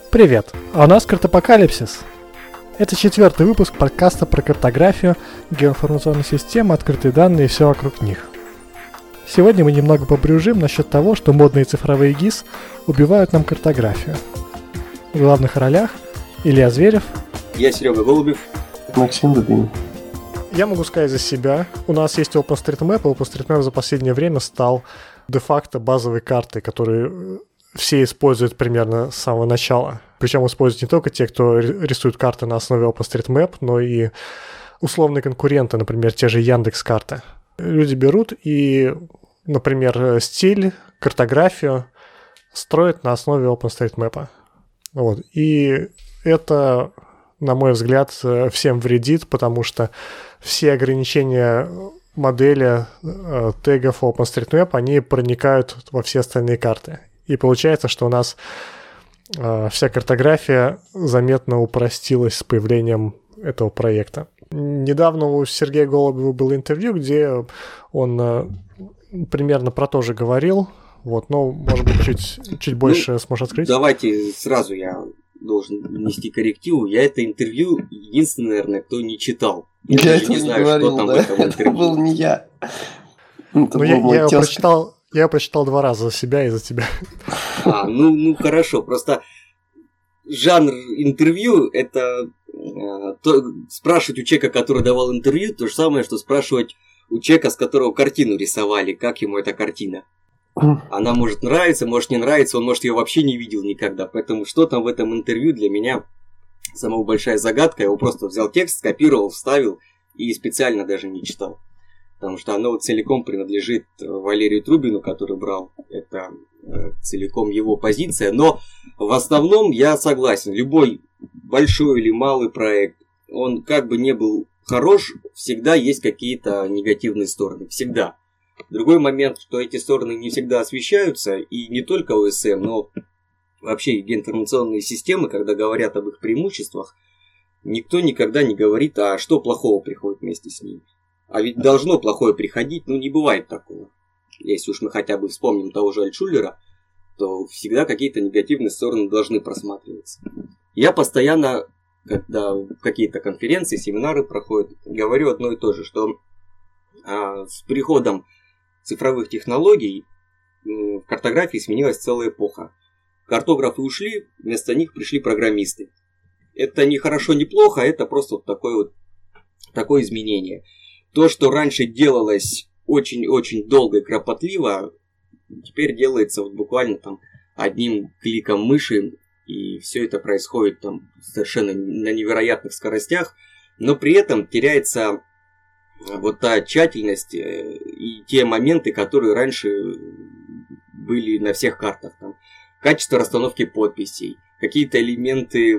Привет, а у нас Картапокалипсис. Это 4-й выпуск подкаста про картографию, геоинформационные системы, открытые данные и все вокруг них. Сегодня мы немного побрюжим насчет того, что модные цифровые ГИС убивают нам картографию. В главных ролях Илья Зверев. Я Серега Голубев. Максим Дубин. Я могу сказать за себя. У нас есть OpenStreetMap, и OpenStreetMap за последнее время стал де-факто базовой картой, которую все используют примерно с самого начала. Причем используют не только те, кто рисует карты на основе OpenStreetMap, но и условные конкуренты, например, те же Яндекс.Карты. Люди берут и, например, стиль, картографию строят на основе OpenStreetMap. Вот. И это, на мой взгляд, всем вредит, потому что все ограничения модели тегов OpenStreetMap, они проникают во все остальные карты. И получается, что у нас вся картография заметно упростилась с появлением этого проекта. Недавно у Сергея Голубева было интервью, где он примерно про то же говорил. Вот, но, может быть, чуть больше сможешь открыть. Давайте сразу я должен внести коррективу. Я это интервью единственный, наверное, кто не читал. Я даже не знаю, говорил, что там да? в этом интервью. Это был не я. Я прочитал 2 раза за себя и за тебя. Ну хорошо. Просто жанр интервью – это спрашивать у человека, который давал интервью, то же самое, что спрашивать у человека, с которого картину рисовали, как ему эта картина. Она может нравиться, может не нравиться, он может ее вообще не видел никогда. Поэтому что там в этом интервью для меня самая большая загадка. Я его просто взял текст, скопировал, вставил и специально даже не читал. Потому что оно целиком принадлежит Валерию Трубину, который брал. Это целиком его позиция. Но в основном я согласен. Любой большой или малый проект, он как бы не был хорош, всегда есть какие-то негативные стороны. Всегда. Другой момент, что эти стороны не всегда освещаются. И не только ОСМ, но вообще геоинформационные системы, когда говорят об их преимуществах, никто никогда не говорит, а что плохого приходит вместе с ними. А ведь должно плохое приходить, не бывает такого. Если уж мы хотя бы вспомним того же Альтшулера, то всегда какие-то негативные стороны должны просматриваться. Я постоянно, когда какие-то конференции, семинары проходят, говорю одно и то же, что с приходом цифровых технологий в картографии сменилась целая эпоха. Картографы ушли, вместо них пришли программисты. Это не хорошо, не плохо, это просто такое изменение. То, что раньше делалось очень-очень долго и кропотливо, теперь делается буквально одним кликом мыши, и все это происходит совершенно на невероятных скоростях, но при этом теряется та тщательность и те моменты, которые раньше были на всех картах. Качество расстановки подписей, какие-то элементы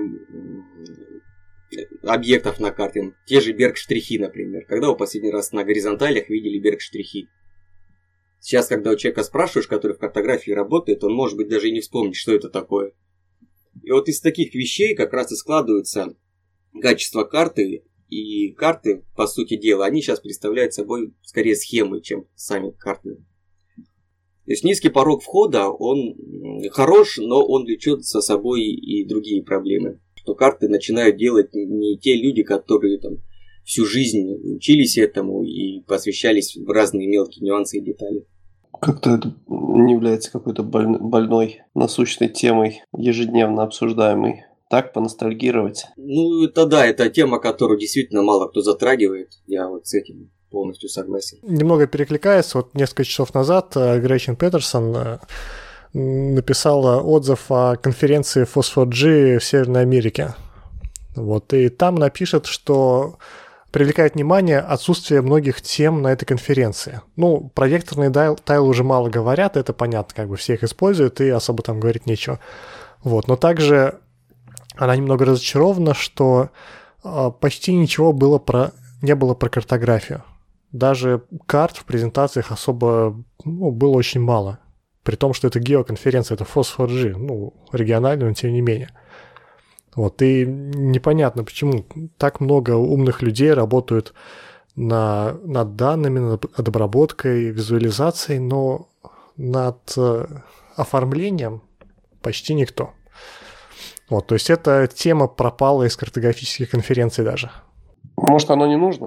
объектов на карте, те же берг-штрихи, например. Когда вы последний раз на горизонталях видели берг-штрихи? Сейчас, когда у человека спрашиваешь, который в картографии работает, он, может быть, даже и не вспомнит, что это такое. И вот из таких вещей как раз и складывается качество карты. И карты, по сути дела, они сейчас представляют собой скорее схемы, чем сами карты. То есть низкий порог входа, он хорош, но он влечет за собой и другие проблемы. Что карты начинают делать не те люди, которые всю жизнь учились этому и посвящались в разные мелкие нюансы и детали. Как-то это не является какой-то больной, насущной темой, ежедневно обсуждаемой. Так, поностальгировать. Это тема, которую действительно мало кто затрагивает. Я с этим полностью согласен. Немного перекликаясь, несколько часов назад Гретчен Петерсон написала отзыв о конференции Phosphor-G в Северной Америке. И там напишет, что привлекает внимание отсутствие многих тем на этой конференции. Про векторные тайлы уже мало говорят, это понятно, все их используют, и особо там говорить нечего. Но также она немного разочарована, что почти ничего не было про картографию. Даже карт в презентациях особо было очень мало. При том, что это геоконференция, это Phosphor-G, региональная, но тем не менее. И непонятно, почему так много умных людей работают над данными, над обработкой, визуализацией, но над оформлением почти никто. Вот, то есть эта тема пропала из картографических конференций даже. Может, оно не нужно?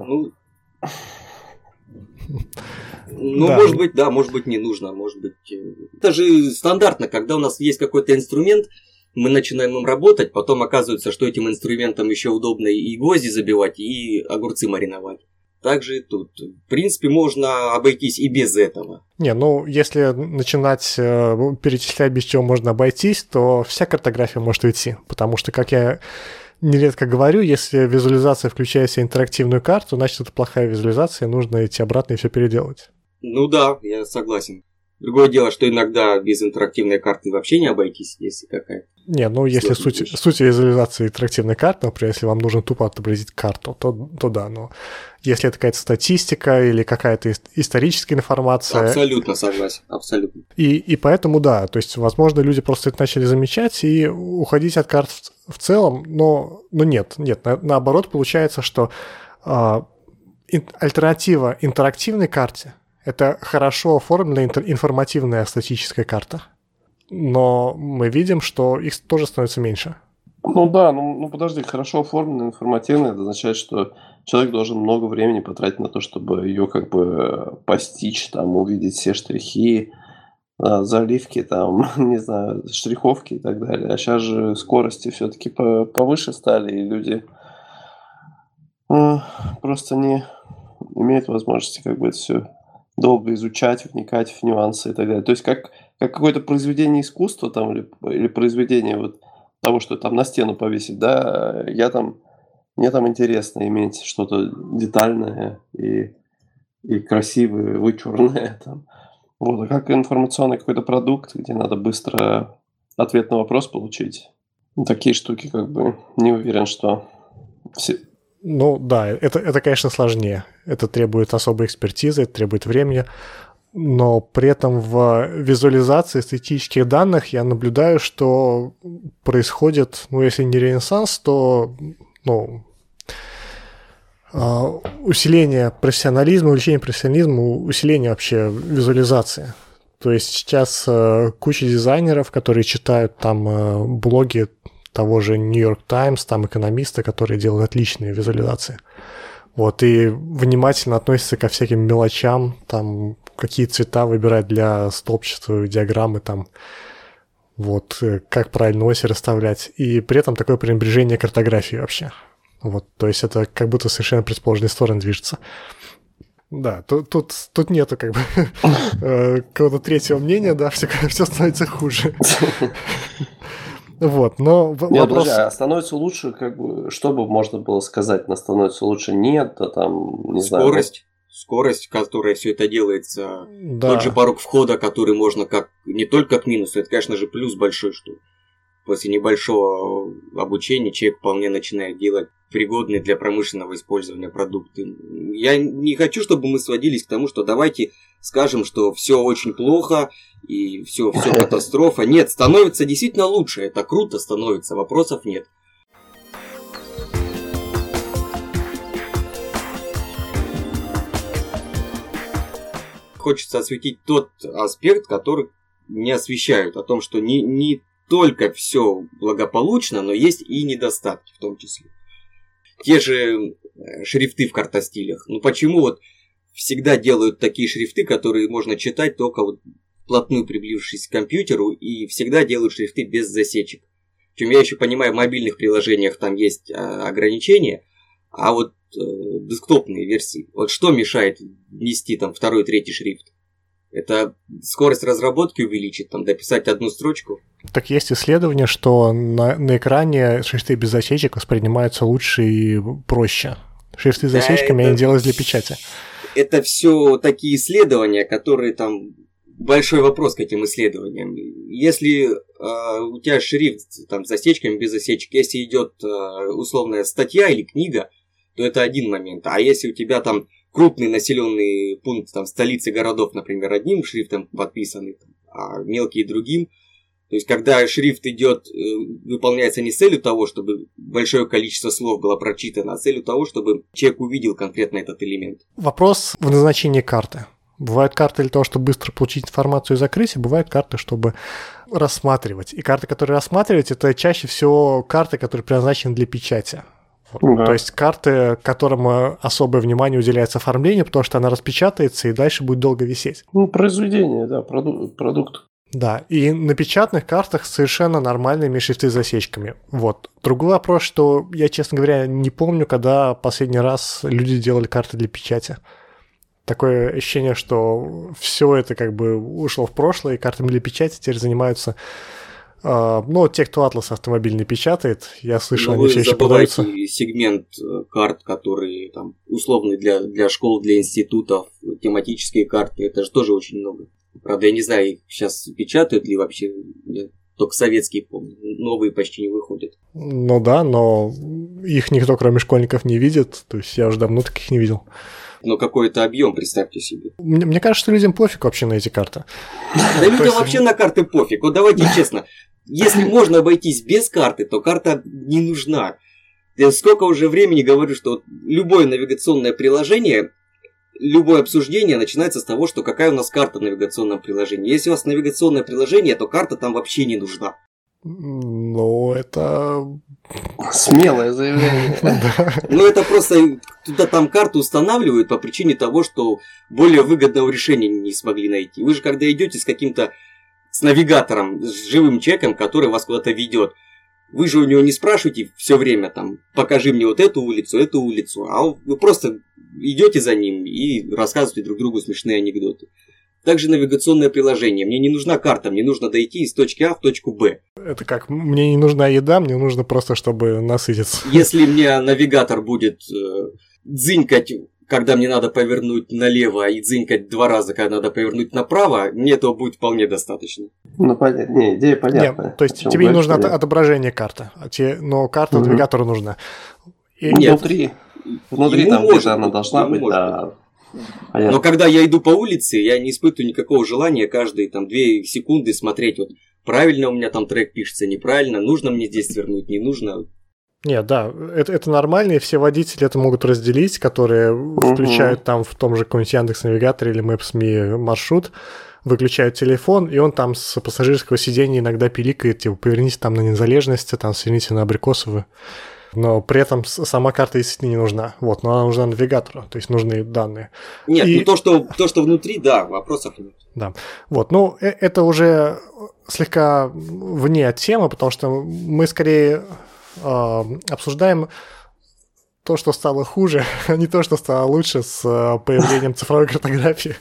Да. Может быть, да, может быть, не нужно, может быть. Это же стандартно, когда у нас есть какой-то инструмент, мы начинаем им работать, потом оказывается, что этим инструментом еще удобно и гвозди забивать, и огурцы мариновать. Также и тут. В принципе, можно обойтись и без этого. Если начинать перечислять, без чего можно обойтись, то вся картография может уйти. Потому что, как я нередко говорю, если визуализация включает в себя интерактивную карту, значит, это плохая визуализация, нужно идти обратно и все переделать. Да, я согласен. Другое дело, что иногда без интерактивной карты вообще не обойтись, если какая-то. Если суть визуализации интерактивной карты, например, если вам нужно тупо отобразить карту, то да, но если это какая-то статистика или какая-то историческая информация... Абсолютно согласен, абсолютно. И поэтому да, то есть, возможно, люди просто это начали замечать и уходить от карт в целом, но нет, наоборот, получается, что альтернатива интерактивной карте – это хорошо оформленная информативная статическая карта. Но мы видим, что их тоже становится меньше. Подожди, хорошо оформленная, информативная, это означает, что человек должен много времени потратить на то, чтобы ее постичь, увидеть все штрихи, заливки, не знаю, штриховки и так далее. А сейчас же скорости все-таки повыше стали, и люди просто не имеют возможности это все долго изучать, вникать в нюансы и так далее. То есть как какое-то произведение искусства или произведение того, что на стену повесить, да, мне интересно иметь что-то детальное и красивое, вычурное А как информационный какой-то продукт, где надо быстро ответ на вопрос получить, такие штуки не уверен, что все... Да, это, конечно, сложнее. Это требует особой экспертизы, это требует времени. Но при этом в визуализации статистических данных я наблюдаю, что происходит, если не ренессанс, то усиление профессионализма, увеличение профессионализма, усиление вообще визуализации. То есть сейчас куча дизайнеров, которые читают блоги того же New York Times, экономисты, которые делают отличные визуализации. И внимательно относятся ко всяким мелочам, какие цвета выбирать для столбчатого диаграммы, как правильно оси расставлять. И при этом такое пренебрежение картографией вообще. То есть это как будто совершенно противоположные стороны движется. Да, тут нету какого-то третьего мнения, да, все становится хуже. Но вопрос... Подожди, а становится лучше, что бы можно было сказать, становится лучше? Нет, не знаю. Скорость, которая все это делается, да. Тот же порог входа, который можно не только к минусу, это, конечно же, плюс большой, что после небольшого обучения человек вполне начинает делать пригодные для промышленного использования продукты. Я не хочу, чтобы мы сводились к тому, что давайте скажем, что все очень плохо и все катастрофа. Нет, становится действительно лучше, это круто становится, вопросов нет. Хочется осветить тот аспект, который не освещают, о том, что не только все благополучно, но есть и недостатки в том числе. Те же шрифты в картостилях. Почему всегда делают такие шрифты, которые можно читать только вплотную приблизившись к компьютеру, и всегда делают шрифты без засечек. Причем я еще понимаю, в мобильных приложениях там есть ограничения, а десктопные версии, что мешает внести второй, третий шрифт? Это скорость разработки увеличит, дописать одну строчку. Так есть исследование, что на экране шрифты без засечек воспринимаются лучше и проще. Шрифты с засечками они делают для печати. Это все такие исследования, которые большой вопрос к этим исследованиям. Если у тебя шрифт с засечками, без засечек, если идет условная статья или книга, то это один момент. А если у тебя крупный населенный пункт, столицы городов, например, одним шрифтом подписаны, а мелкие другим, то есть когда шрифт идет, выполняется не с целью того, чтобы большое количество слов было прочитано, а с целью того, чтобы человек увидел конкретно этот элемент. Вопрос в назначении карты. Бывают карты для того, чтобы быстро получить информацию и закрыть, и бывают карты, чтобы рассматривать. И карты, которые рассматривать, это чаще всего карты, которые предназначены для печати. То есть карты, которым особое внимание уделяется оформлению, потому что она распечатается и дальше будет долго висеть. Произведение, да, продукт. Да, и на печатных картах совершенно нормальными шрифты с засечками. Вот. Другой вопрос, что я, честно говоря, не помню, когда последний раз люди делали карты для печати. Такое ощущение, что все это как бы ушло в прошлое, и картами для печати теперь занимаются... те, кто атлас автомобильный печатает, я слышал, они все еще продаются. Вы забываете сегмент карт, которые там условные для школ, для институтов, тематические карты, это же тоже очень много. Правда, я не знаю, их сейчас печатают ли вообще, я только советские помню, новые почти не выходят. Ну да, но их никто, кроме школьников, не видит, то есть я уже давно таких не видел. Но какой-то объем, представьте себе. Мне кажется, что людям пофиг вообще на эти карты. Да людям вообще на карты пофиг. Вот давайте честно, если можно обойтись без карты, то карта не нужна. Я сколько уже времени говорю, что любое навигационное приложение, любое обсуждение начинается с того, что какая у нас карта в навигационном приложении. Если у вас навигационное приложение, то карта там вообще не нужна. Ну, это... Смелое заявление. Ну, это просто туда там карту устанавливают по причине того, что более выгодного решения не смогли найти. Вы же когда идете с навигатором, с живым человеком, который вас куда-то ведет, вы же у него не спрашиваете все время там, покажи мне вот эту улицу, а вы просто идете за ним и рассказываете друг другу смешные анекдоты. Также навигационное приложение. Мне не нужна карта, мне нужно дойти из точки А в точку Б. Это как, мне не нужна еда, мне нужно просто, чтобы насытиться. Если мне навигатор будет дзынькать, когда мне надо повернуть налево, и дзынькать 2 раза, когда надо повернуть направо, мне этого будет вполне достаточно. Ну, понятно. Не, идея понятная. Нет, то есть тебе не нужно отображение карты, но карта навигатору нужна. Внутри там где-то она должна быть, да. Понятно. Но когда я иду по улице, я не испытываю никакого желания каждые 2 секунды смотреть, вот правильно у меня там трек пишется, неправильно, нужно мне здесь свернуть, не нужно. Нет, да, это нормально, и все водители это могут разделить, которые включают там в том же каком-нибудь Яндекс.Навигаторе или Maps.me маршрут, выключают телефон, и он там с пассажирского сиденья иногда пиликает, типа, поверните там на Незалежности, там сверните на Абрикосовую. Но при этом сама карта действительно не нужна. Вот, но она нужна навигатору, то есть нужны данные. Нет, то, что внутри, да, вопросов нет. Да, вот, это уже слегка вне от темы, потому что мы скорее обсуждаем то, что стало хуже, а не то, что стало лучше с появлением цифровой картографии.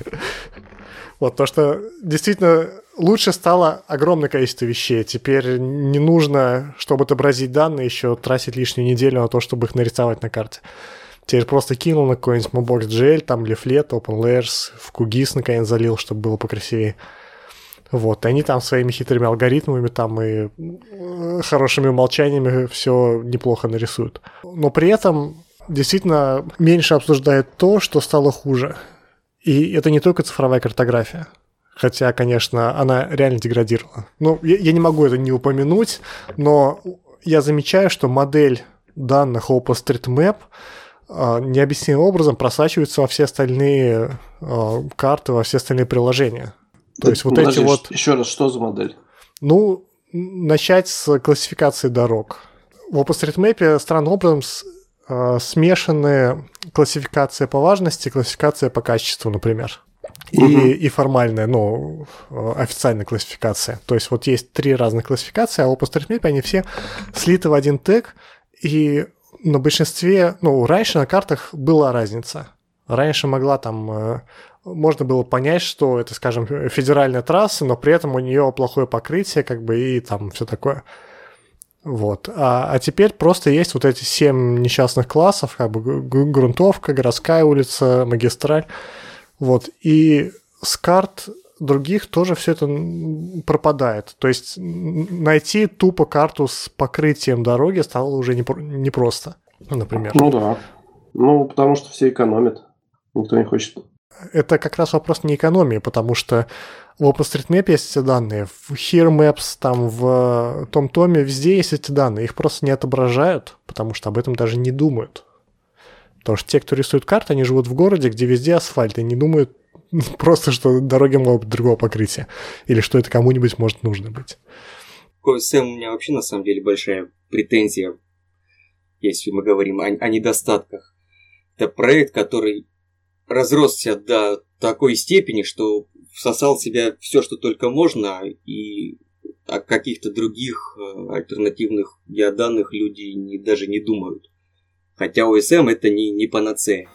Вот, то, что действительно лучше стало огромное количество вещей. Теперь не нужно, чтобы отобразить данные, еще тратить лишнюю неделю на то, чтобы их нарисовать на карте. Теперь просто кинул на какой-нибудь Mobox.gl, там Leaflet, OpenLayers, в QGIS наконец залил, чтобы было покрасивее. Вот, и они там своими хитрыми алгоритмами там и хорошими умолчаниями все неплохо нарисуют. Но при этом действительно меньше обсуждают то, что стало хуже. И это не только цифровая картография. Хотя, конечно, она реально деградировала. Ну, я не могу это не упомянуть, но я замечаю, что модель данных OpenStreetMap необъяснимым образом просачивается во все остальные карты, во все остальные приложения. То есть вот эти вот... Еще раз, что за модель? Ну, начать с классификации дорог. В OpenStreetMap странным образом смешаны классификация по важности и классификация по качеству, например. И формальная, официальная классификация. То есть вот есть 3 разных классификации, а в OpenStreetMap они все слиты в один тег, и на большинстве, раньше на картах была разница. Раньше можно было понять, что это, скажем, федеральная трасса, но при этом у нее плохое покрытие, и там все такое. Вот. А теперь просто есть вот эти 7 несчастных классов, грунтовка, городская улица, магистраль. Вот. И с карт других тоже все это пропадает. То есть найти тупо карту с покрытием дороги стало уже непросто, например. Ну да. Потому что все экономят. Никто не хочет. Это как раз вопрос не экономии, потому что в OpenStreetMap есть эти данные, в Here Maps, там в TomTom везде есть эти данные. Их просто не отображают, потому что об этом даже не думают. Потому что те, кто рисует карты, они живут в городе, где везде асфальт, и не думают просто, что дороги могут быть другого покрытия, или что это кому-нибудь может нужно быть. К OSM у меня вообще на самом деле большая претензия, если мы говорим о недостатках. Это проект, который разросся до такой степени, что всосал в себя все, что только можно, и о каких-то других альтернативных геоданных люди даже не думают. Хотя OSM это не панацея.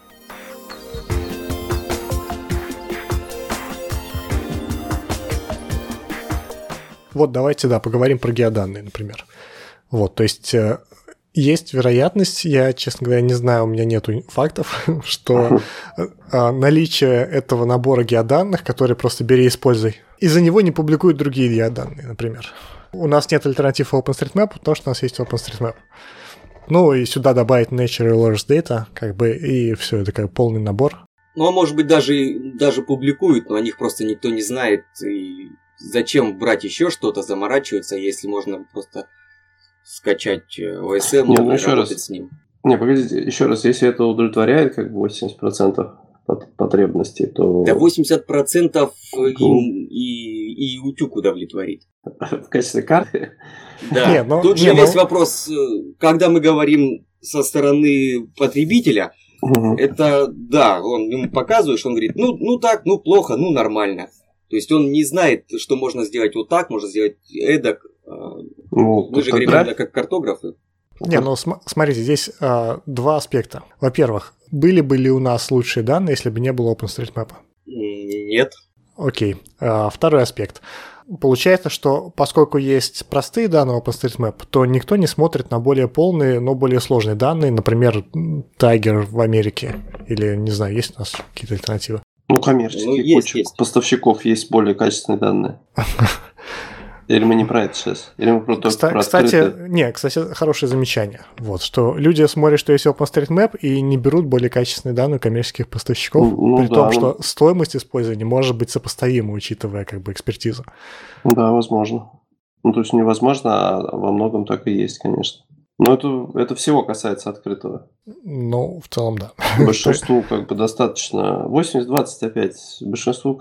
Вот давайте, поговорим про геоданные, например. Вот, то есть есть вероятность, я, честно говоря, не знаю, у меня нету фактов, что наличие этого набора геоданных, которые просто бери и используй, из-за него не публикуют другие геоданные, например. У нас нет альтернатив OpenStreetMap, потому что у нас есть OpenStreetMap. Ну и сюда добавить Nature и Large Data, и все, это как полный набор. Ну, а может быть, даже публикуют, но о них просто никто не знает, и зачем брать еще что-то, заморачиваться, если можно просто скачать OSM и работать с ним. Не, погодите, еще раз, если это удовлетворяет 80% потребностей, то... Да 80% и утюг удовлетворит. В качестве карты? Да, тут же весь вопрос, когда мы говорим со стороны потребителя, это, ему показываешь, он говорит, ну так, ну плохо, ну нормально. То есть он не знает, что можно сделать вот так, можно сделать эдак. Мы же говорим именно как картографы. Не, смотрите, здесь два аспекта. Во-первых, были бы ли у нас лучшие данные, если бы не было OpenStreetMap? Нет. Окей. Второй аспект. Получается, что поскольку есть простые данные OpenStreetMap, то никто не смотрит на более полные, но более сложные данные, например, Tiger в Америке. Или, не знаю, есть у нас какие-то альтернативы? Коммерческие есть. Поставщиков есть более качественные данные. Или мы не про это сейчас? Или мы про кстати, хорошее замечание. Вот, что люди смотрят, что есть OpenStreetMap, и не берут более качественные данные коммерческих поставщиков, при том, что стоимость использования может быть сопоставима, учитывая экспертизу. Да, возможно. То есть невозможно, а во многом так и есть, конечно. Но это всего касается открытого. Ну, в целом, да. Большинству достаточно. 80-20 опять. Большинству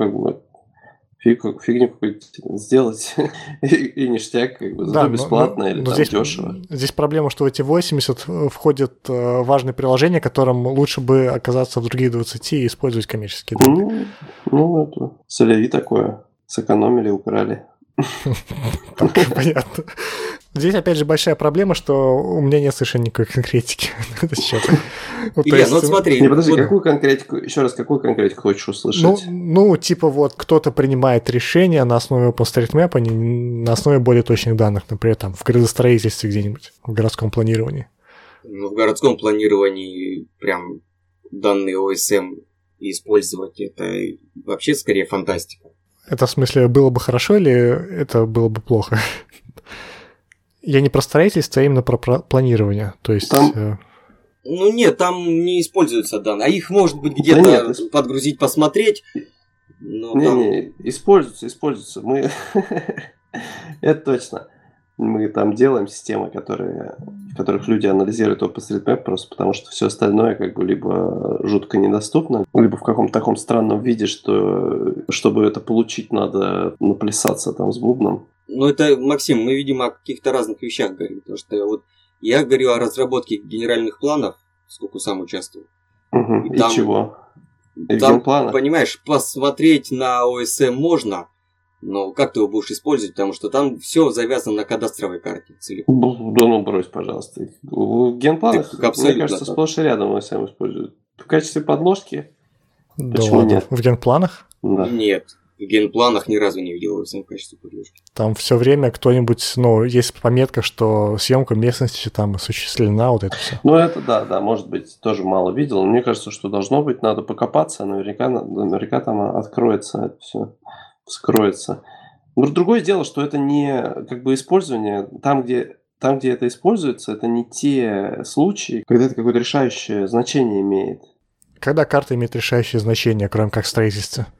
фигню какую-то сделать и ништяк, зато бесплатно или здесь, дешево. Здесь проблема, что в эти 80 входят важные приложения, которым лучше бы оказаться в других 20 и использовать коммерческие данные. Это соляви такое. Сэкономили, украли. Так, понятно. Здесь, опять же, большая проблема, что у меня нет совершенно никакой конкретики. Илья, смотри. Не, подожди, какую конкретику хочешь услышать? Кто-то принимает решения на основе OpenStreetMap, а не на основе более точных данных, например, в градостроительстве где-нибудь, в городском планировании. В городском планировании прям данные OSM использовать, это вообще скорее фантастика. Это в смысле было бы хорошо или это было бы плохо? Я не про строительство, а именно про планирование. То есть... нет, там не используются данные. А их, может быть, где-то подгрузить, посмотреть. Не, используются. Мы... Это точно. Мы там делаем системы, в которых люди анализируют OpenStreetMap просто потому, что все остальное либо жутко недоступно, либо в каком-то таком странном виде, что чтобы это получить, надо наплясаться с бубном. Это, Максим, мы, видимо, о каких-то разных вещах говорим. Потому что я говорю о разработке генеральных планов, сколько сам участвовал. И чего? Там, понимаешь, посмотреть на OSM можно, но как ты его будешь использовать, потому что там все завязано на кадастровой карте целиком. Да брось, пожалуйста. В генпланах, мне кажется, сплошь и рядом OSM используют. В качестве подложки? Почему нет? В генпланах? Да. Нет. В генпланах ни разу не видел OSM в качестве подложки. Там все время кто-нибудь, есть пометка, что съемка местности там осуществлена, вот это все. Это да, может быть, тоже мало видел. Мне кажется, что должно быть, надо покопаться, наверняка там откроется это все, вскроется. Но другое дело, что это не использование, там, где это используется, это не те случаи, когда это какое-то решающее значение имеет. Когда карта имеет решающее значение, кроме как строительства?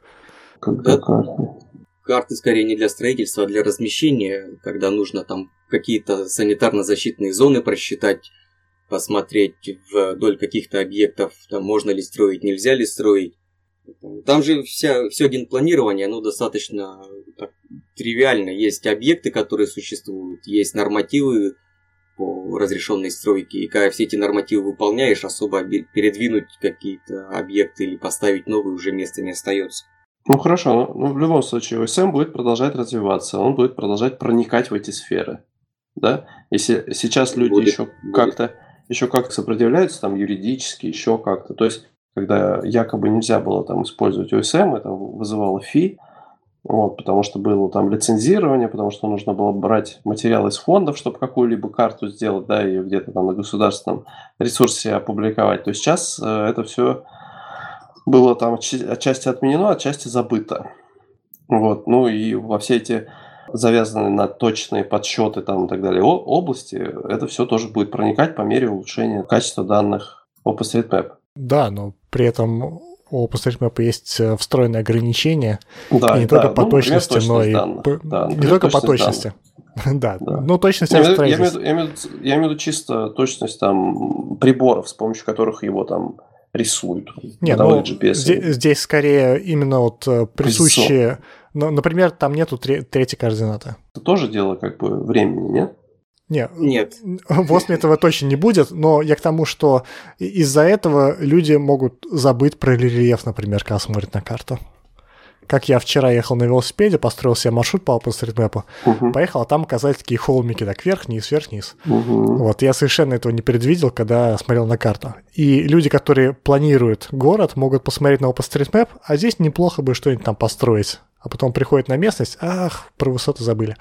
Карты скорее не для строительства, а для размещения, когда нужно там какие-то санитарно-защитные зоны просчитать, посмотреть вдоль каких-то объектов, там можно ли строить, нельзя ли строить. Там же все генпланирование, оно достаточно так, тривиально. Есть объекты, которые существуют, есть нормативы по разрешенной стройке. И когда все эти нормативы выполняешь, особо передвинуть какие-то объекты или поставить новые уже места не остается. Ну хорошо, в любом случае OSM будет продолжать развиваться, он будет продолжать проникать в эти сферы. Да? Если сейчас люди еще как-то сопротивляются там юридически, еще как-то. То есть, когда якобы нельзя было там использовать OSM, это вызывало фи, вот, потому что было там лицензирование, потому что нужно было брать материалы из фондов, чтобы какую-либо карту сделать, да, и где-то там на государственном ресурсе опубликовать. То есть сейчас это все было там отчасти отменено, отчасти забыто. Вот, ну и во все эти завязанные на точные подсчеты там и так далее области, это все тоже будет проникать по мере улучшения качества данных OpenStreetMap. Да, но при этом у OpenStreetMap есть встроенные ограничения, да, и не только по например, точности, но и не только по точности. Да, но точность строительства. Я имею в виду чисто точность там приборов, с помощью которых его там рисуют. Нет, ну, здесь скорее именно вот присущие... Например, там нету третьей координаты. Это тоже дело как бы времени, нет? Нет. В OSM этого точно не будет, но я к тому, что из-за этого люди могут забыть про рельеф, например, когда смотрят на карту. Как я вчера ехал на велосипеде, построил себе маршрут по OpenStreetMap, поехал, а там оказались такие холмики, так вверх-вниз, вверх-вниз. Вот, я совершенно этого не предвидел, когда смотрел на карту. И люди, которые планируют город, могут посмотреть на OpenStreetMap, а здесь неплохо бы что-нибудь там построить. А потом приходят на местность, про высоты забыли.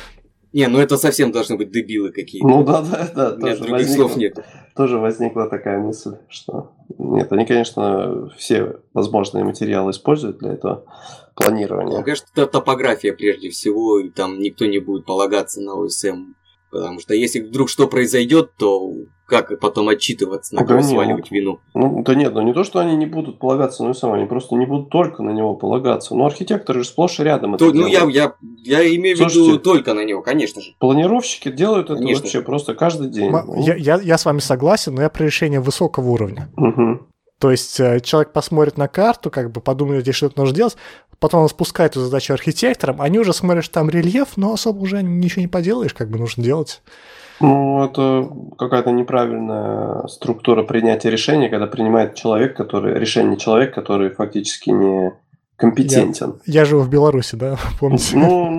Не, ну это совсем должны быть дебилы какие-то. Ну да. У меня других слов нет. Тоже возникла такая мысль, что... Нет, они, конечно, все возможные материалы используют для этого планирования. Ну, конечно, это топография прежде всего, и там никто не будет полагаться на OSM. Потому что если вдруг что произойдет, то как потом отчитываться, на кого сваливать вину? Да нет, не то, что они не будут полагаться на OSM, они просто не будут только на него полагаться. Но архитекторы же сплошь и рядом это делают. Я имею в виду только на него, конечно же. Планировщики делают это вообще просто каждый день. Я с вами согласен, но я про решение высокого уровня. То есть человек посмотрит на карту, как бы подумает, здесь что-то нужно делать, потом он спускает эту задачу архитекторам, они уже смотрят, что там рельеф, но особо уже ничего не поделаешь, как бы нужно делать. Ну, это какая-то неправильная структура принятия решения, когда принимает решение человек, который фактически не компетентен. Я живу в Беларуси, да, помните?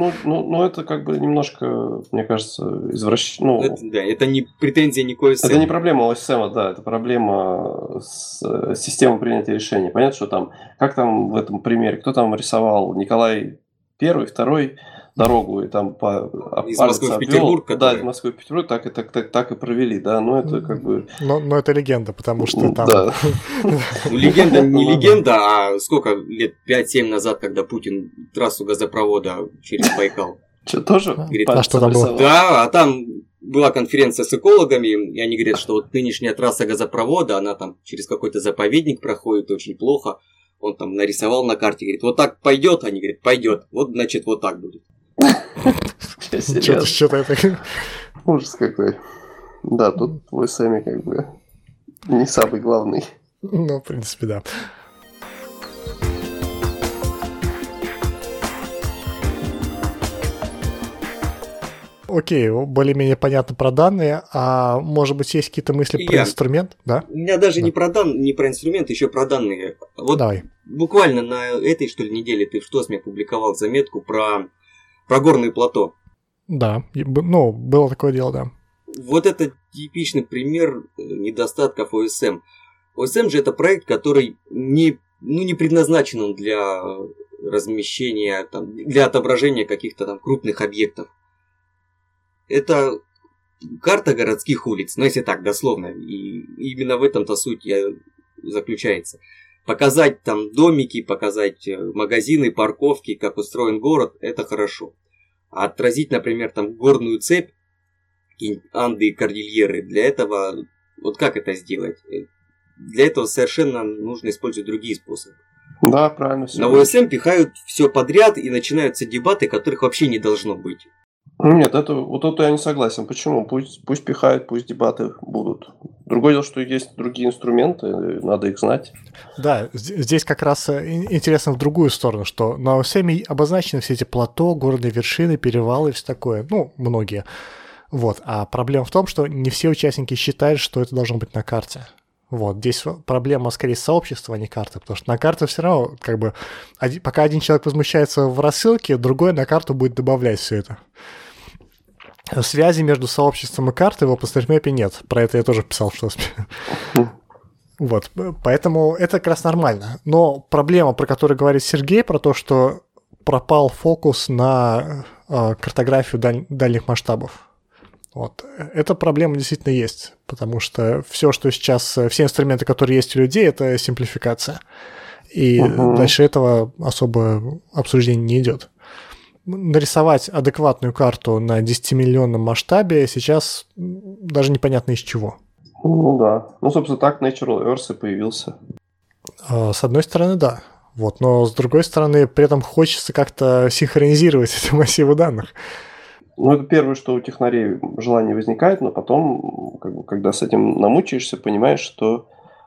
Ну, это как бы немножко, мне кажется, извращено. Это не претензия ни к OSM. Это не проблема OSM, да, это проблема с системой принятия решений. Понятно, что там, как там в этом примере, кто там рисовал, Николай I, II дорогу, и там из Москвы в Петербург? Да, из Москвы в Петербург так и провели, да, но это как бы... Но это легенда, потому что там... Да. Легенда не легенда, а сколько лет 5-7 назад, когда Путин трассу газопровода через Байкал. Что, тоже? Что там было? Да, а там была конференция с экологами, и они говорят, что вот нынешняя трасса газопровода, она там через какой-то заповедник проходит очень плохо. Он там нарисовал на карте, говорит, вот так пойдет, они говорят, пойдет, вот значит вот так будет. Что-то это... Ужас какой. Да, тут вы сами как бы не самый главный. Ну, в принципе, да. Окей, более-менее понятно про данные, а может быть есть какие-то мысли про инструмент? Да? У меня даже не про инструмент, еще про данные. Вот давай. Буквально на этой, что ли, неделе ты в ТОСМе публиковал заметку про горные плато. Да, было такое дело, да. Вот это типичный пример недостатков OSM. OSM же это проект, который не предназначен для размещения, для отображения каких-то там крупных объектов. Это карта городских улиц, если так, дословно. И именно в этом-то суть заключается. Показать там домики, показать магазины, парковки, как устроен город, это хорошо. А отразить, например, там горную цепь, Анды и Кордильеры, для этого, вот как это сделать? Для этого совершенно нужно использовать другие способы. Да, правильно. На OSM пихают все подряд, и начинаются дебаты, которых вообще не должно быть. Нет, вот это я не согласен. Почему? Пусть пихают, пусть дебаты будут. Другое дело, что есть другие инструменты, надо их знать. Да, здесь как раз интересно в другую сторону, что на ОСМ обозначены все эти плато, горные вершины, перевалы и все такое. Ну, многие. Вот. А проблема в том, что не все участники считают, что это должно быть на карте. Вот. Здесь проблема скорее сообщества, а не карты, потому что на карту все равно, как бы, пока один человек возмущается в рассылке, другой на карту будет добавлять все это. Связи между сообществом и картой в OpenStreetMap нет. Про это я тоже писал в ШОСПе. Вот, поэтому это как раз нормально. Но проблема, про которую говорит Сергей, про то, что пропал фокус на картографию дальних масштабов. Вот. Эта проблема действительно есть, потому что все, что сейчас, все инструменты, которые есть у людей, это симплификация. И дальше этого особо обсуждения не идет. Нарисовать адекватную карту на 10-миллионном масштабе сейчас даже непонятно из чего. Ну да. Ну, собственно, так Natural Earth и появился. С одной стороны, да. Вот, но с другой стороны, при этом хочется как-то синхронизировать эти массивы данных. Ну, это первое, что у технарей желание возникает, но потом, как бы, когда с этим намучаешься, понимаешь, что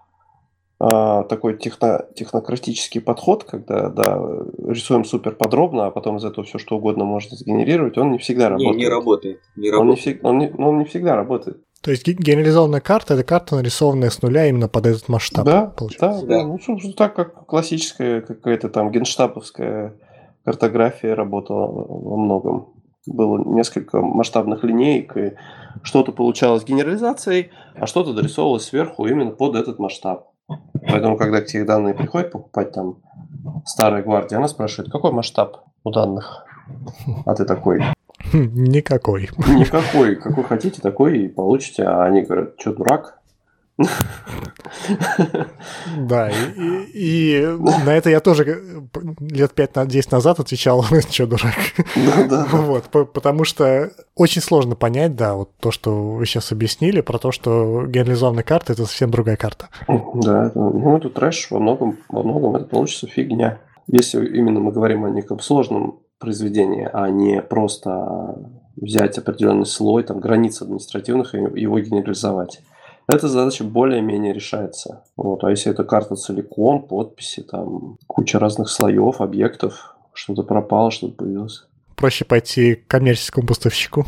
такой технократический подход, когда, да, рисуем супер подробно, а потом из этого все что угодно можно сгенерировать, он не всегда работает. Не работает. Он не всегда работает. То есть генерализованная карта – это карта, нарисованная с нуля именно под этот масштаб. Да, получается. да. Ну, собственно, так как классическая какая-то там генштабовская картография работала во многом. Было несколько масштабных линеек, и что-то получалось генерализацией, а что-то дорисовывалось сверху именно под этот масштаб. Поэтому, когда к тебе данные приходят покупать, там, старая гвардия, она спрашивает, какой масштаб у данных? А ты такой... Никакой. Никакой. Какой хотите, такой и получите. А они говорят, что, дурак? Да, и на это я тоже лет 5-10 назад отвечал, что дурак. Вот, потому что очень сложно понять, да, вот то, что вы сейчас объяснили, про то, что генерализованная карта – это совсем другая карта. Да, это трэш, во многом это получится фигня. Если именно мы говорим о неком сложном произведении, а не просто взять определенный слой, там, границ административных и его генерализовать. Эта задача более-менее решается. Вот. А если эта карта целиком, подписи, там, куча разных слоев, объектов, что-то пропало, что-то появилось. Проще пойти к коммерческому поставщику.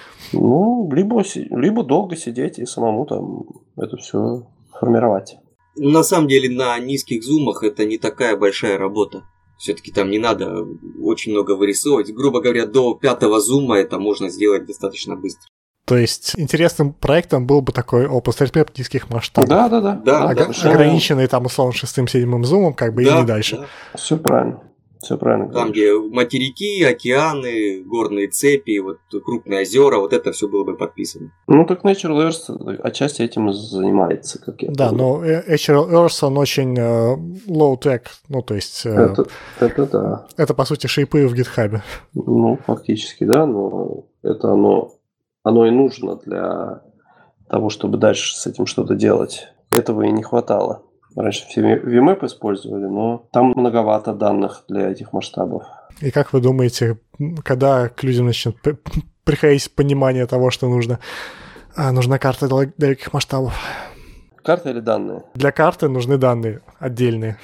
Ну, либо долго сидеть и самому там это все формировать. На самом деле на низких зумах это не такая большая работа. Все-таки там не надо очень много вырисовывать. Грубо говоря, до 5-го зума это можно сделать достаточно быстро. То есть интересным проектом был бы такой OpenStreetMap низких масштабов. Да. Ограниченный там условно 6-7 зумом, как бы, и не дальше. Да. Все правильно. Там, где материки, океаны, горные цепи, вот крупные озера, вот это все было бы подписано. Ну, так Natural Earth отчасти этим и занимается, как я Да, помню. но Natural Earth, он очень low-tech, ну, то есть... Это да. Это, по сути, шейпы в GitHub. Ну, фактически, да, но это оно и нужно для того, чтобы дальше с этим что-то делать. Этого и не хватало. Раньше все VMAP использовали, но там многовато данных для этих масштабов. И как вы думаете, когда к людям начнет приходить понимание того, что нужна карта далеких масштабов? Карта или данные? Для карты нужны данные отдельные.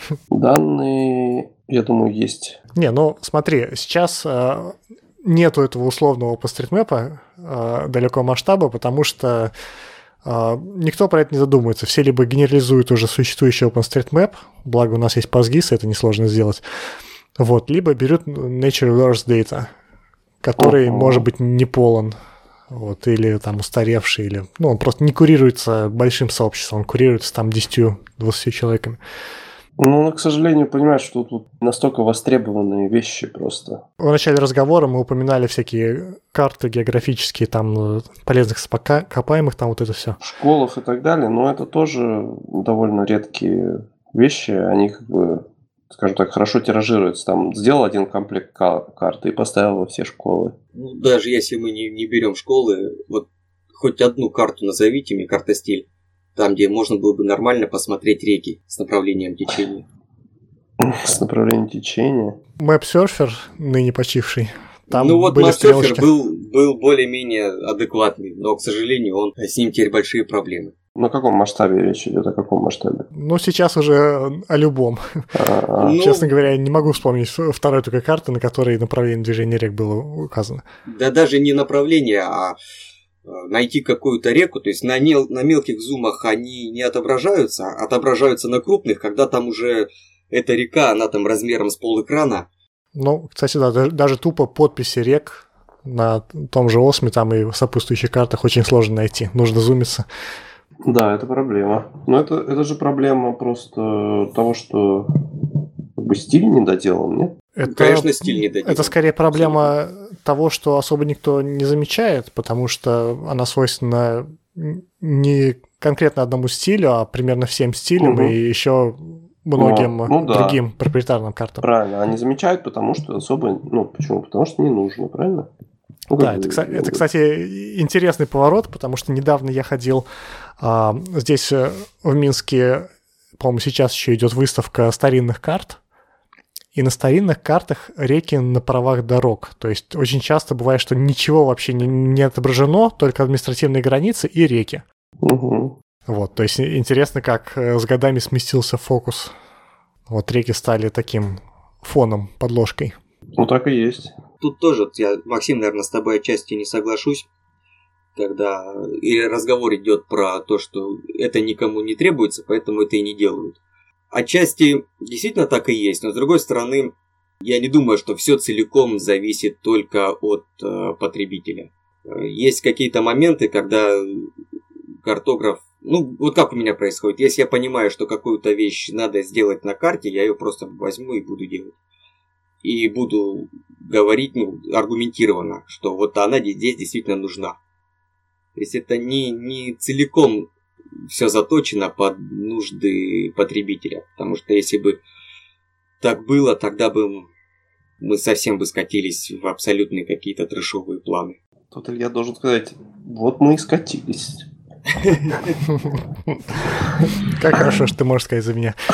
Данные, я думаю, есть. Не, ну смотри, сейчас нету этого условного OpenStreetMap далекого масштаба, потому что никто про это не задумывается. Все либо генерализуют уже существующий OpenStreetMap, благо у нас есть PostGIS, это несложно сделать, вот, либо берут Natural Earth Data, который может быть не полон, вот, или там устаревший, или, ну, он просто не курируется большим сообществом, он курируется там 10-20 человеками. Ну, к сожалению, понимаешь, что тут настолько востребованные вещи просто. В начале разговора мы упоминали всякие карты географические, там, полезных ископаемых, там вот это все. В школах и так далее, но это тоже довольно редкие вещи, они как бы, скажем так, хорошо тиражируются. Там сделал один комплект карты и поставил во все школы. Ну, даже если мы не берем школы, вот хоть одну карту назовите мне, картостиль. Там, где можно было бы нормально посмотреть реки с направлением течения. С направлением течения? MapSurfer, ныне почивший, Там ну вот были Masterfer стрелочки. был более-менее адекватный, но, к сожалению, с ним теперь большие проблемы. На каком масштабе речь идет? О каком масштабе? Ну, сейчас уже о любом. А, Честно говоря, я не могу вспомнить второй только карты, на которой направление движения рек было указано. Да даже не направление, а найти какую-то реку. То есть на мелких зумах они не отображаются, а отображаются на крупных, когда там уже эта река, она там размером с полэкрана. Ну, кстати, да, даже тупо подписи рек на том же Осме там и в сопутствующих картах очень сложно найти. Нужно зумиться. да, это проблема. Но это же проблема просто того, что как бы стиль не доделан, нет? Это, Конечно, стиль не доделан. Это скорее проблема того, что особо никто не замечает, потому что она свойственна не конкретно одному стилю, а примерно всем стилям и еще многим другим проприетарным картам. Правильно, они замечают, потому что особо... Ну, почему? Потому что не нужно, правильно? Ну, да, это, кстати, интересный поворот, потому что недавно я ходил здесь, в Минске, по-моему, сейчас еще идет выставка старинных карт, и на старинных картах реки на правах дорог. То есть очень часто бывает, что ничего вообще не отображено, только административные границы и реки. Угу. Вот, то есть интересно, как с годами сместился фокус. Вот реки стали таким фоном, подложкой. Ну, так и есть. Тут тоже, Максим, наверное, с тобой отчасти не соглашусь, когда и разговор идет про то, что это никому не требуется, поэтому это и не делают. Отчасти действительно так и есть, но с другой стороны, я не думаю, что все целиком зависит только от потребителя. Есть какие-то моменты, когда картограф, ну вот как у меня происходит, если я понимаю, что какую-то вещь надо сделать на карте, я ее просто возьму и буду делать. И буду говорить аргументированно, что вот она здесь действительно нужна. То есть это не целиком все заточено под нужды потребителя. Потому что если бы так было, тогда бы мы совсем бы скатились в абсолютные какие-то трэшовые планы. Тут я должен сказать, вот мы и скатились. Как хорошо, что ты можешь сказать за меня.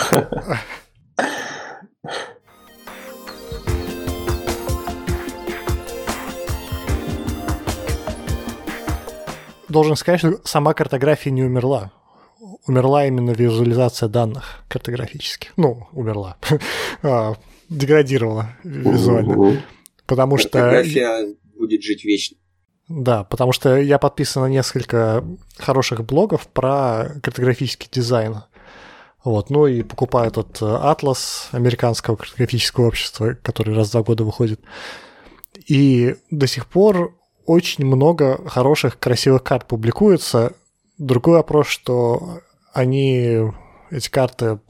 Должен сказать, что сама картография не умерла. Умерла именно визуализация данных картографических. Ну, умерла. Деградировала визуально. Потому что... Картография будет жить вечно. Да, потому что я подписан на несколько хороших блогов про картографический дизайн. Вот, ну и покупаю тот атлас американского картографического общества, который раз в 2 года выходит. И до сих пор очень много хороших, красивых карт публикуется. Другой вопрос, что эти карты,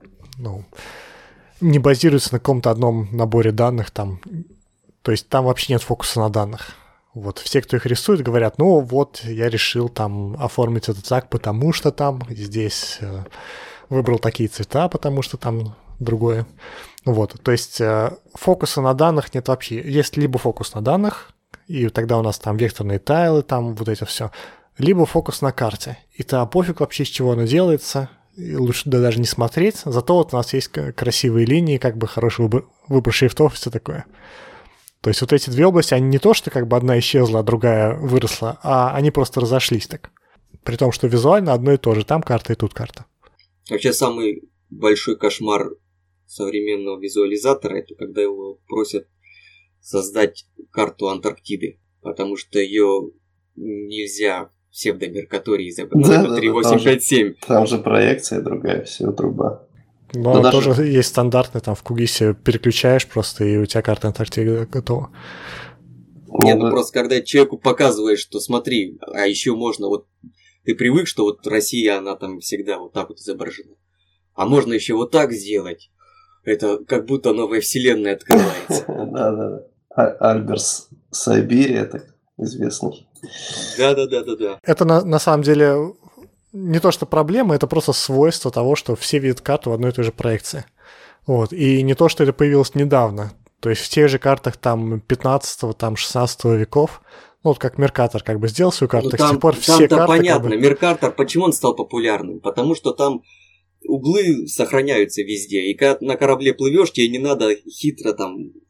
не базируются на каком-то одном наборе данных. Там, то есть там вообще нет фокуса на данных. Вот, все, кто их рисует, говорят, ну вот, я решил там оформить это так, потому что там здесь выбрал такие цвета, потому что там другое. Вот, то есть фокуса на данных нет вообще. Есть либо фокус на данных, и тогда у нас там векторные тайлы, там вот это все, либо фокус на карте. И то пофиг вообще, с чего оно делается, и лучше даже не смотреть. Зато вот у нас есть красивые линии, как бы хороший выбор шрифтов и все такое. То есть вот эти две области, они не то, что как бы одна исчезла, а другая выросла, а они просто разошлись так. При том, что визуально одно и то же. Там карта и тут карта. Вообще самый большой кошмар современного визуализатора — это когда его просят создать карту Антарктиды. Потому что ее нельзя в псевдомеркатории изобразить. Да, 3857. Там же проекция другая, все труба. Но да тоже даже... есть стандартный, там в Кугисе переключаешь просто, и у тебя карта Антарктиды готова. Нет, просто когда человеку показываешь, что смотри, а еще можно, вот ты привык, что вот Россия, она там всегда вот так вот изображена. А можно еще вот так сделать. Это как будто новая вселенная открывается. Да. Альберс Сайбирия, так известный. Да. Это на самом деле... Не то, что проблема, это просто свойство того, что все видят карту в одной и той же проекции. Вот. И не то, что это появилось недавно. То есть в тех же картах там 15-го, там 16 веков, ну вот как Меркатор как бы сделал свою карту, ну, с тех пор все карты... понятно, как бы... Меркатор, почему он стал популярным? Потому что там углы сохраняются везде, и когда на корабле плывешь, тебе не надо хитро там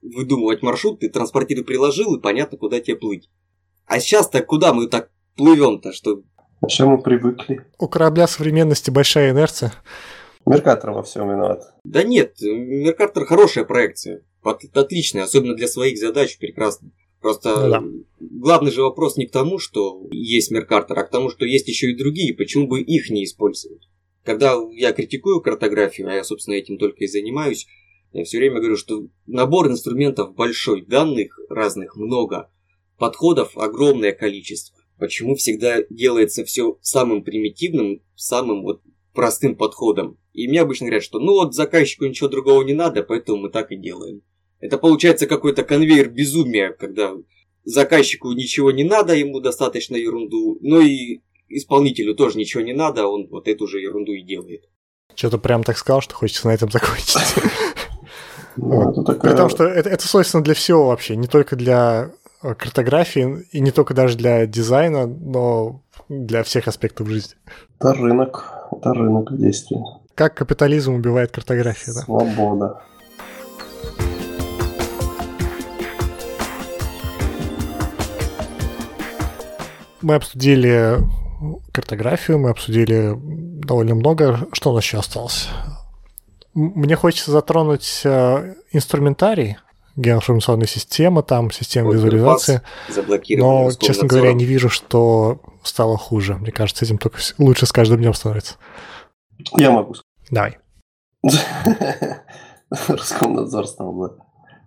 выдумывать маршрут, ты транспортир приложил, и понятно, куда тебе плыть. А сейчас-то куда мы так плывем-то, что... А что мы привыкли? У корабля современности большая инерция. Меркатор во всем виноват. Да нет, Меркатор хорошая проекция. Отличная, особенно для своих задач, прекрасно. Просто главный же вопрос не к тому, что есть Меркатор, а к тому, что есть еще и другие, почему бы их не использовать. Когда я критикую картографию, а я, собственно, этим только и занимаюсь, я все время говорю, что набор инструментов большой, данных разных много, подходов огромное количество. Почему всегда делается все самым примитивным, самым вот простым подходом? И мне обычно говорят, что ну вот заказчику ничего другого не надо, поэтому мы так и делаем. Это получается какой-то конвейер безумия, когда заказчику ничего не надо, ему достаточно ерунду, но и исполнителю тоже ничего не надо, он вот эту же ерунду и делает. Что-то прям так сказал, что хочется на этом закончить. При том, что это свойственно для всего вообще, не только для картографии и не только даже для дизайна, но для всех аспектов жизни. Это рынок действия. Как капитализм убивает картографию, да? Свобода. Мы обсудили картографию, мы обсудили довольно много. Что у нас еще осталось? Мне хочется затронуть инструментарий, геоинформационная система, там система визуализации. Но, честно говоря, не вижу, что стало хуже. Мне кажется, этим только лучше с каждым днем становится. Я могу. Давай. Роскомнадзор стал бы.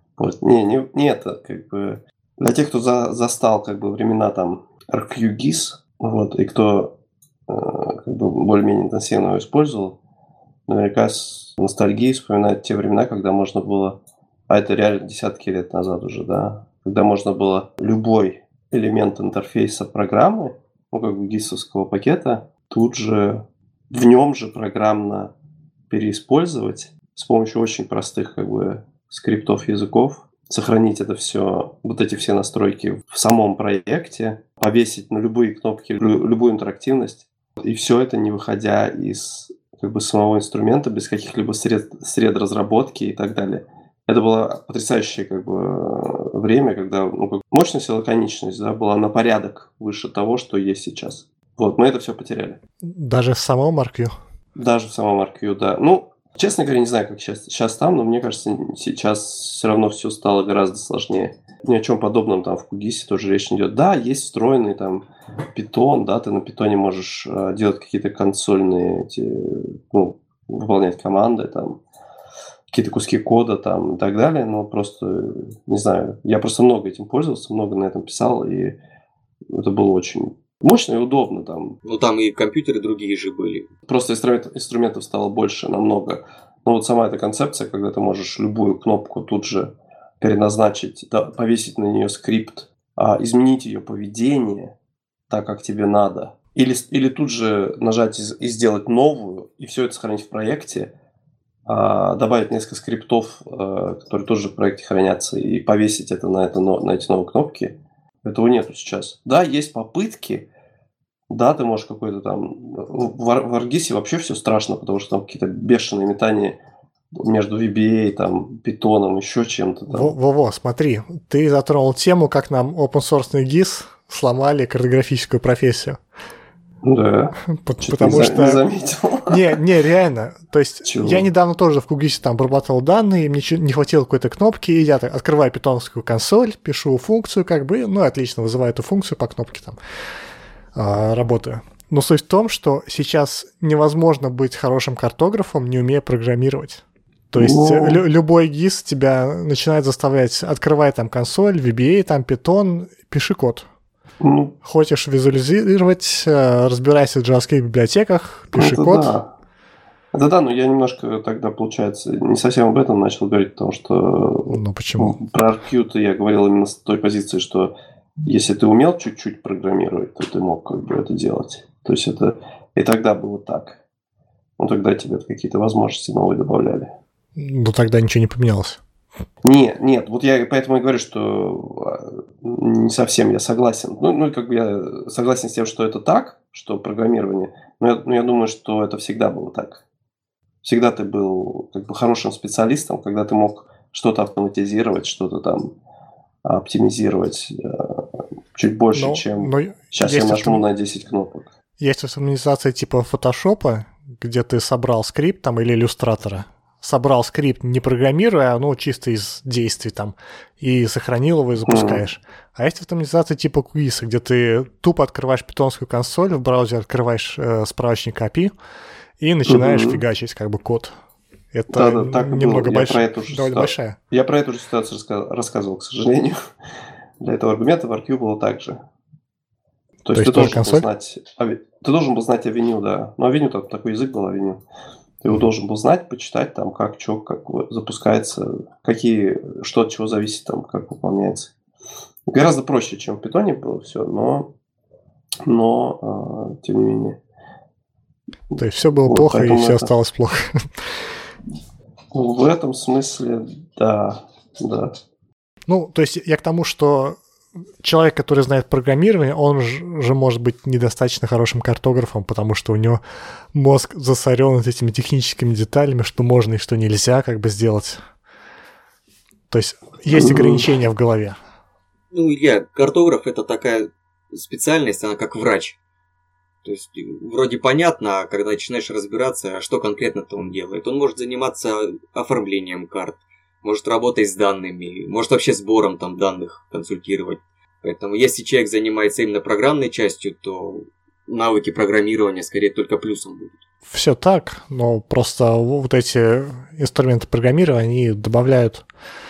Не это, как бы... Для тех, кто застал как бы времена там ArcGIS, вот, и кто как бы более-менее интенсивно его использовал, наверняка с ностальгией вспоминает те времена, когда можно было, а это реально десятки лет назад уже, да, когда можно было любой элемент интерфейса программы, ну, как бы гисовского пакета, тут же в нем же программно переиспользовать с помощью очень простых как бы скриптов языков, сохранить это все, вот эти все настройки в самом проекте, повесить на любые кнопки, любую интерактивность, и все это не выходя из как бы самого инструмента, без каких-либо сред разработки и так далее. Это было потрясающее как бы время, когда мощность и лаконичность, да, была на порядок выше того, что есть сейчас. Вот, мы это все потеряли. Даже в самом ArcView? Даже в самом ArcView, да. Ну, честно говоря, не знаю, как сейчас там, но мне кажется, сейчас все равно все стало гораздо сложнее. Ни о чем подобном там в QGIS тоже речь не идет. Да, есть встроенный там Python, да, ты на Python можешь делать какие-то консольные, выполнять команды, там, какие-то куски кода там и так далее, но просто, не знаю, я просто много этим пользовался, много на этом писал, и это было очень мощно и удобно там. Ну, там и компьютеры другие же были. Просто инструментов стало больше намного. Но вот сама эта концепция, когда ты можешь любую кнопку тут же переназначить, да, повесить на нее скрипт, изменить ее поведение так, как тебе надо. Или тут же нажать и сделать новую, и все это сохранить в проекте, добавить несколько скриптов, которые тоже в проекте хранятся, и повесить это на эти новые кнопки. Этого нету сейчас. Да, есть попытки. Да, ты можешь какой-то там... В ArcGIS вообще все страшно, потому что там какие-то бешеные метания между VBA, там, Python, еще чем-то. Во-во, смотри. Ты затронул тему, как нам open-source GIS сломали картографическую профессию. Да. Потому что... Не заметил. Не, реально. То есть Чего? Я недавно тоже в QGIS там обрабатывал данные, мне не хватило какой-то кнопки, и я так открываю питоновскую консоль, пишу функцию, как бы, ну, отлично, вызываю эту функцию по кнопке там, работаю. Но суть в том, что сейчас невозможно быть хорошим картографом, не умея программировать. То есть любой GIS тебя начинает заставлять открывай там консоль, VBA, там Python, пиши код. Хочешь визуализировать, разбирайся в JavaScript библиотеках, пиши код. Да. Это да, но я немножко тогда, получается, не совсем об этом начал говорить, потому что почему? Про ArcView я говорил именно с той позиции, что если ты умел чуть-чуть программировать, то ты мог как бы это делать. То есть это и тогда было так. Ну, тогда тебе какие-то возможности новые добавляли. Ну, тогда ничего не поменялось. Нет, вот я поэтому и говорю, что не совсем я согласен. Ну, как бы я согласен с тем, что это так, что программирование, но я думаю, что это всегда было так. Всегда ты был как бы хорошим специалистом, когда ты мог что-то автоматизировать, что-то там оптимизировать чуть больше, чем сейчас я нажму на 10 кнопок. Есть автоматизация типа фотошопа, где ты собрал скрипт там или иллюстратора. Собрал скрипт, не программируя, а чисто из действий там, и сохранил его и запускаешь. А есть автоматизация типа QGIS, где ты тупо открываешь питонскую консоль, в браузере открываешь справочник API и начинаешь фигачить как бы код. Это немного большая. Я про эту же ситуацию рассказывал, к сожалению. Для этого аргумента в RQ было так же. То есть ты должен был знать Avenue, да. Но Avenue, там такой язык был Avenue. Ты его должен был знать, почитать, там, как запускается, что от чего зависит, там, как выполняется. Гораздо проще, чем в Python было все, но тем не менее. То есть все было плохо, и все осталось плохо. В этом смысле, да. То есть я к тому, что человек, который знает программирование, он же может быть недостаточно хорошим картографом, потому что у него мозг засорен этими техническими деталями, что можно и что нельзя как бы сделать. То есть есть ограничения в голове. Илья, картограф — это такая специальность, она как врач. То есть вроде понятно, а когда начинаешь разбираться, что конкретно-то он делает. Он может заниматься оформлением карт, может работать с данными, может вообще сбором там данных консультировать. Поэтому если человек занимается именно программной частью, то навыки программирования скорее только плюсом будут. Все так, но просто вот эти инструменты программирования, они добавляют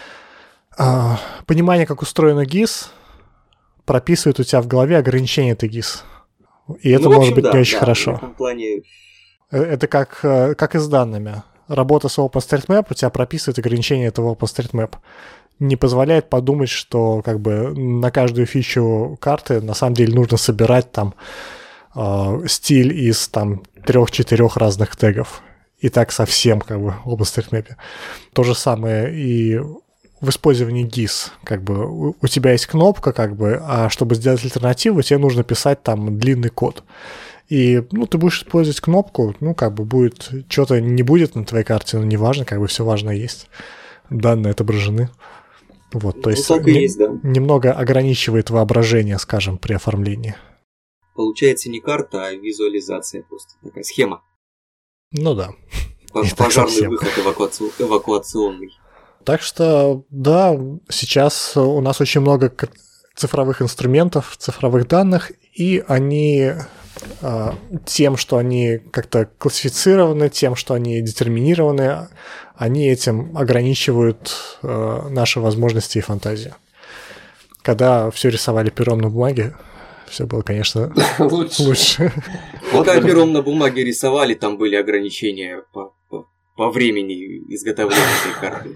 понимание, как устроена GIS, прописывают у тебя в голове ограничения этой GIS. И это может быть не очень хорошо. В этом плане... Это как и с данными. Работа с OpenStreetMap у тебя прописывает ограничения этого OpenStreetMap. Не позволяет подумать, что как бы на каждую фичу карты на самом деле нужно собирать там стиль из там 3-4 разных тегов. И так совсем как бы в OpenStreetMap. То же самое и в использовании GIS. Как бы у тебя есть кнопка, как бы, а чтобы сделать альтернативу, тебе нужно писать там длинный код. И, ты будешь использовать кнопку, как бы будет, что-то не будет на твоей карте, но неважно, как бы все важное есть. Данные отображены. Вот, то есть, немного ограничивает воображение, скажем, при оформлении. Получается не карта, а визуализация просто, такая схема. Да. Пожарный выход эвакуационный. Так что, да, сейчас у нас очень много цифровых инструментов, цифровых данных, и они тем, что они как-то классифицированы, тем, что они детерминированы, они этим ограничивают наши возможности и фантазию. Когда все рисовали пером на бумаге, все было, конечно, лучше. Когда пером на бумаге рисовали, там были ограничения по времени изготовления этой карты.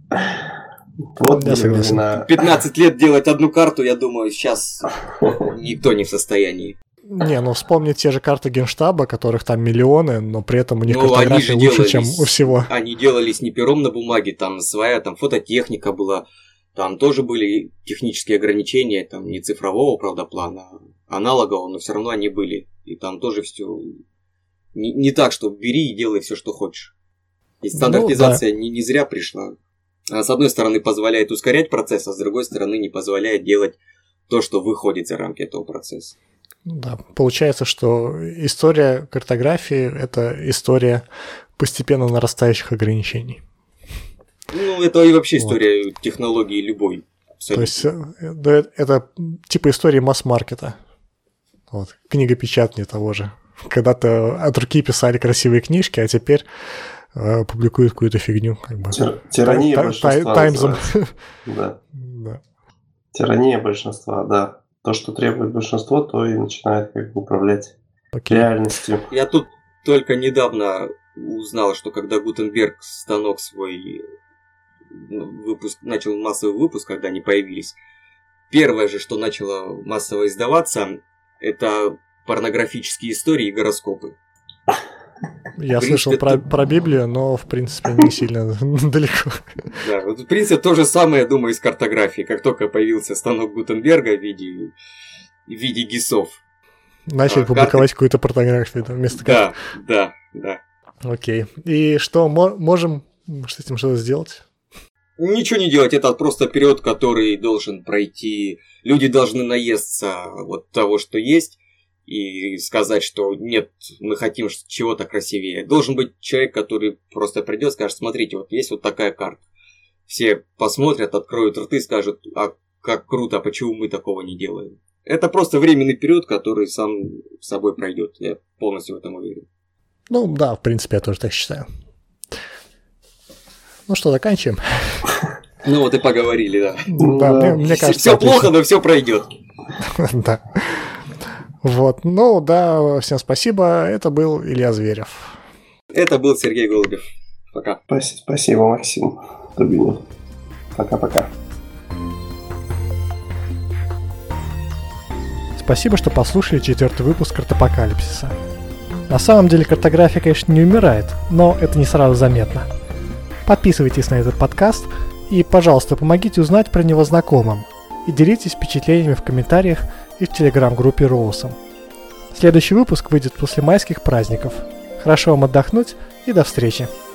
Вот я согласен. 15 лет делать одну карту, я думаю, сейчас никто не в состоянии. Вспомни те же карты Генштаба, которых там миллионы, но при этом у них картография лучше, чем у всего. Они делались не пером на бумаге, там своя там фототехника была, там тоже были технические ограничения, там не цифрового, правда, плана, а аналогового, но все равно они были. И там тоже все не так, что бери и делай все, что хочешь. И стандартизация не зря пришла. Она, с одной стороны, позволяет ускорять процесс, а с другой стороны, не позволяет делать то, что выходит за рамки этого процесса. Да, получается, что история картографии – это история постепенно нарастающих ограничений. Это и вообще история технологии любой. Абсолютно. То есть, это типа истории масс-маркета. Вот, книгопечатание того же. Когда-то от руки писали красивые книжки, а теперь публикуют какую-то фигню. Как бы. Тирания большинства. Таймзом. Да. Тирания большинства, да. То, что требует большинство, то и начинает как бы управлять реальностью. Я тут только недавно узнал, что когда Гутенберг станок свой начал массовый выпуск, когда они появились, первое же, что начало массово издаваться, это порнографические истории и гороскопы. Я слышал про Библию, но, в принципе, не сильно далеко. Да, в принципе, то же самое, я думаю, из картографии. Как только появился станок Гутенберга в виде гисов. Начали публиковать какую-то портнографию вместо карт. Да. Окей. И что, можем с этим что-то сделать? Ничего не делать, это просто период, который должен пройти. Люди должны наесться вот того, что есть, и сказать, что нет, мы хотим чего-то красивее. Должен быть человек, который просто придет, скажет, смотрите, вот есть вот такая карта. Все посмотрят, откроют рты, скажут, а как круто, почему мы такого не делаем. Это просто временный период, который сам собой пройдет. Я полностью в этом уверен. Ну да, в принципе, я тоже так считаю. Ну что, заканчиваем? Ну вот и поговорили, да. Да, мне кажется, все плохо, но все пройдет. Да. Вот, ну да, всем спасибо. Это был Илья Зверев. Это был Сергей Голубев. Пока. Спасибо, Максим Дубинин. Пока-пока. Спасибо, что послушали 4-й выпуск Картапокалипсиса. На самом деле картография, конечно, не умирает, но это не сразу заметно. Подписывайтесь на этот подкаст и, пожалуйста, помогите узнать про него знакомым и делитесь впечатлениями в комментариях и в телеграм-группе Роусом. Следующий выпуск выйдет после майских праздников. Хорошо вам отдохнуть и до встречи!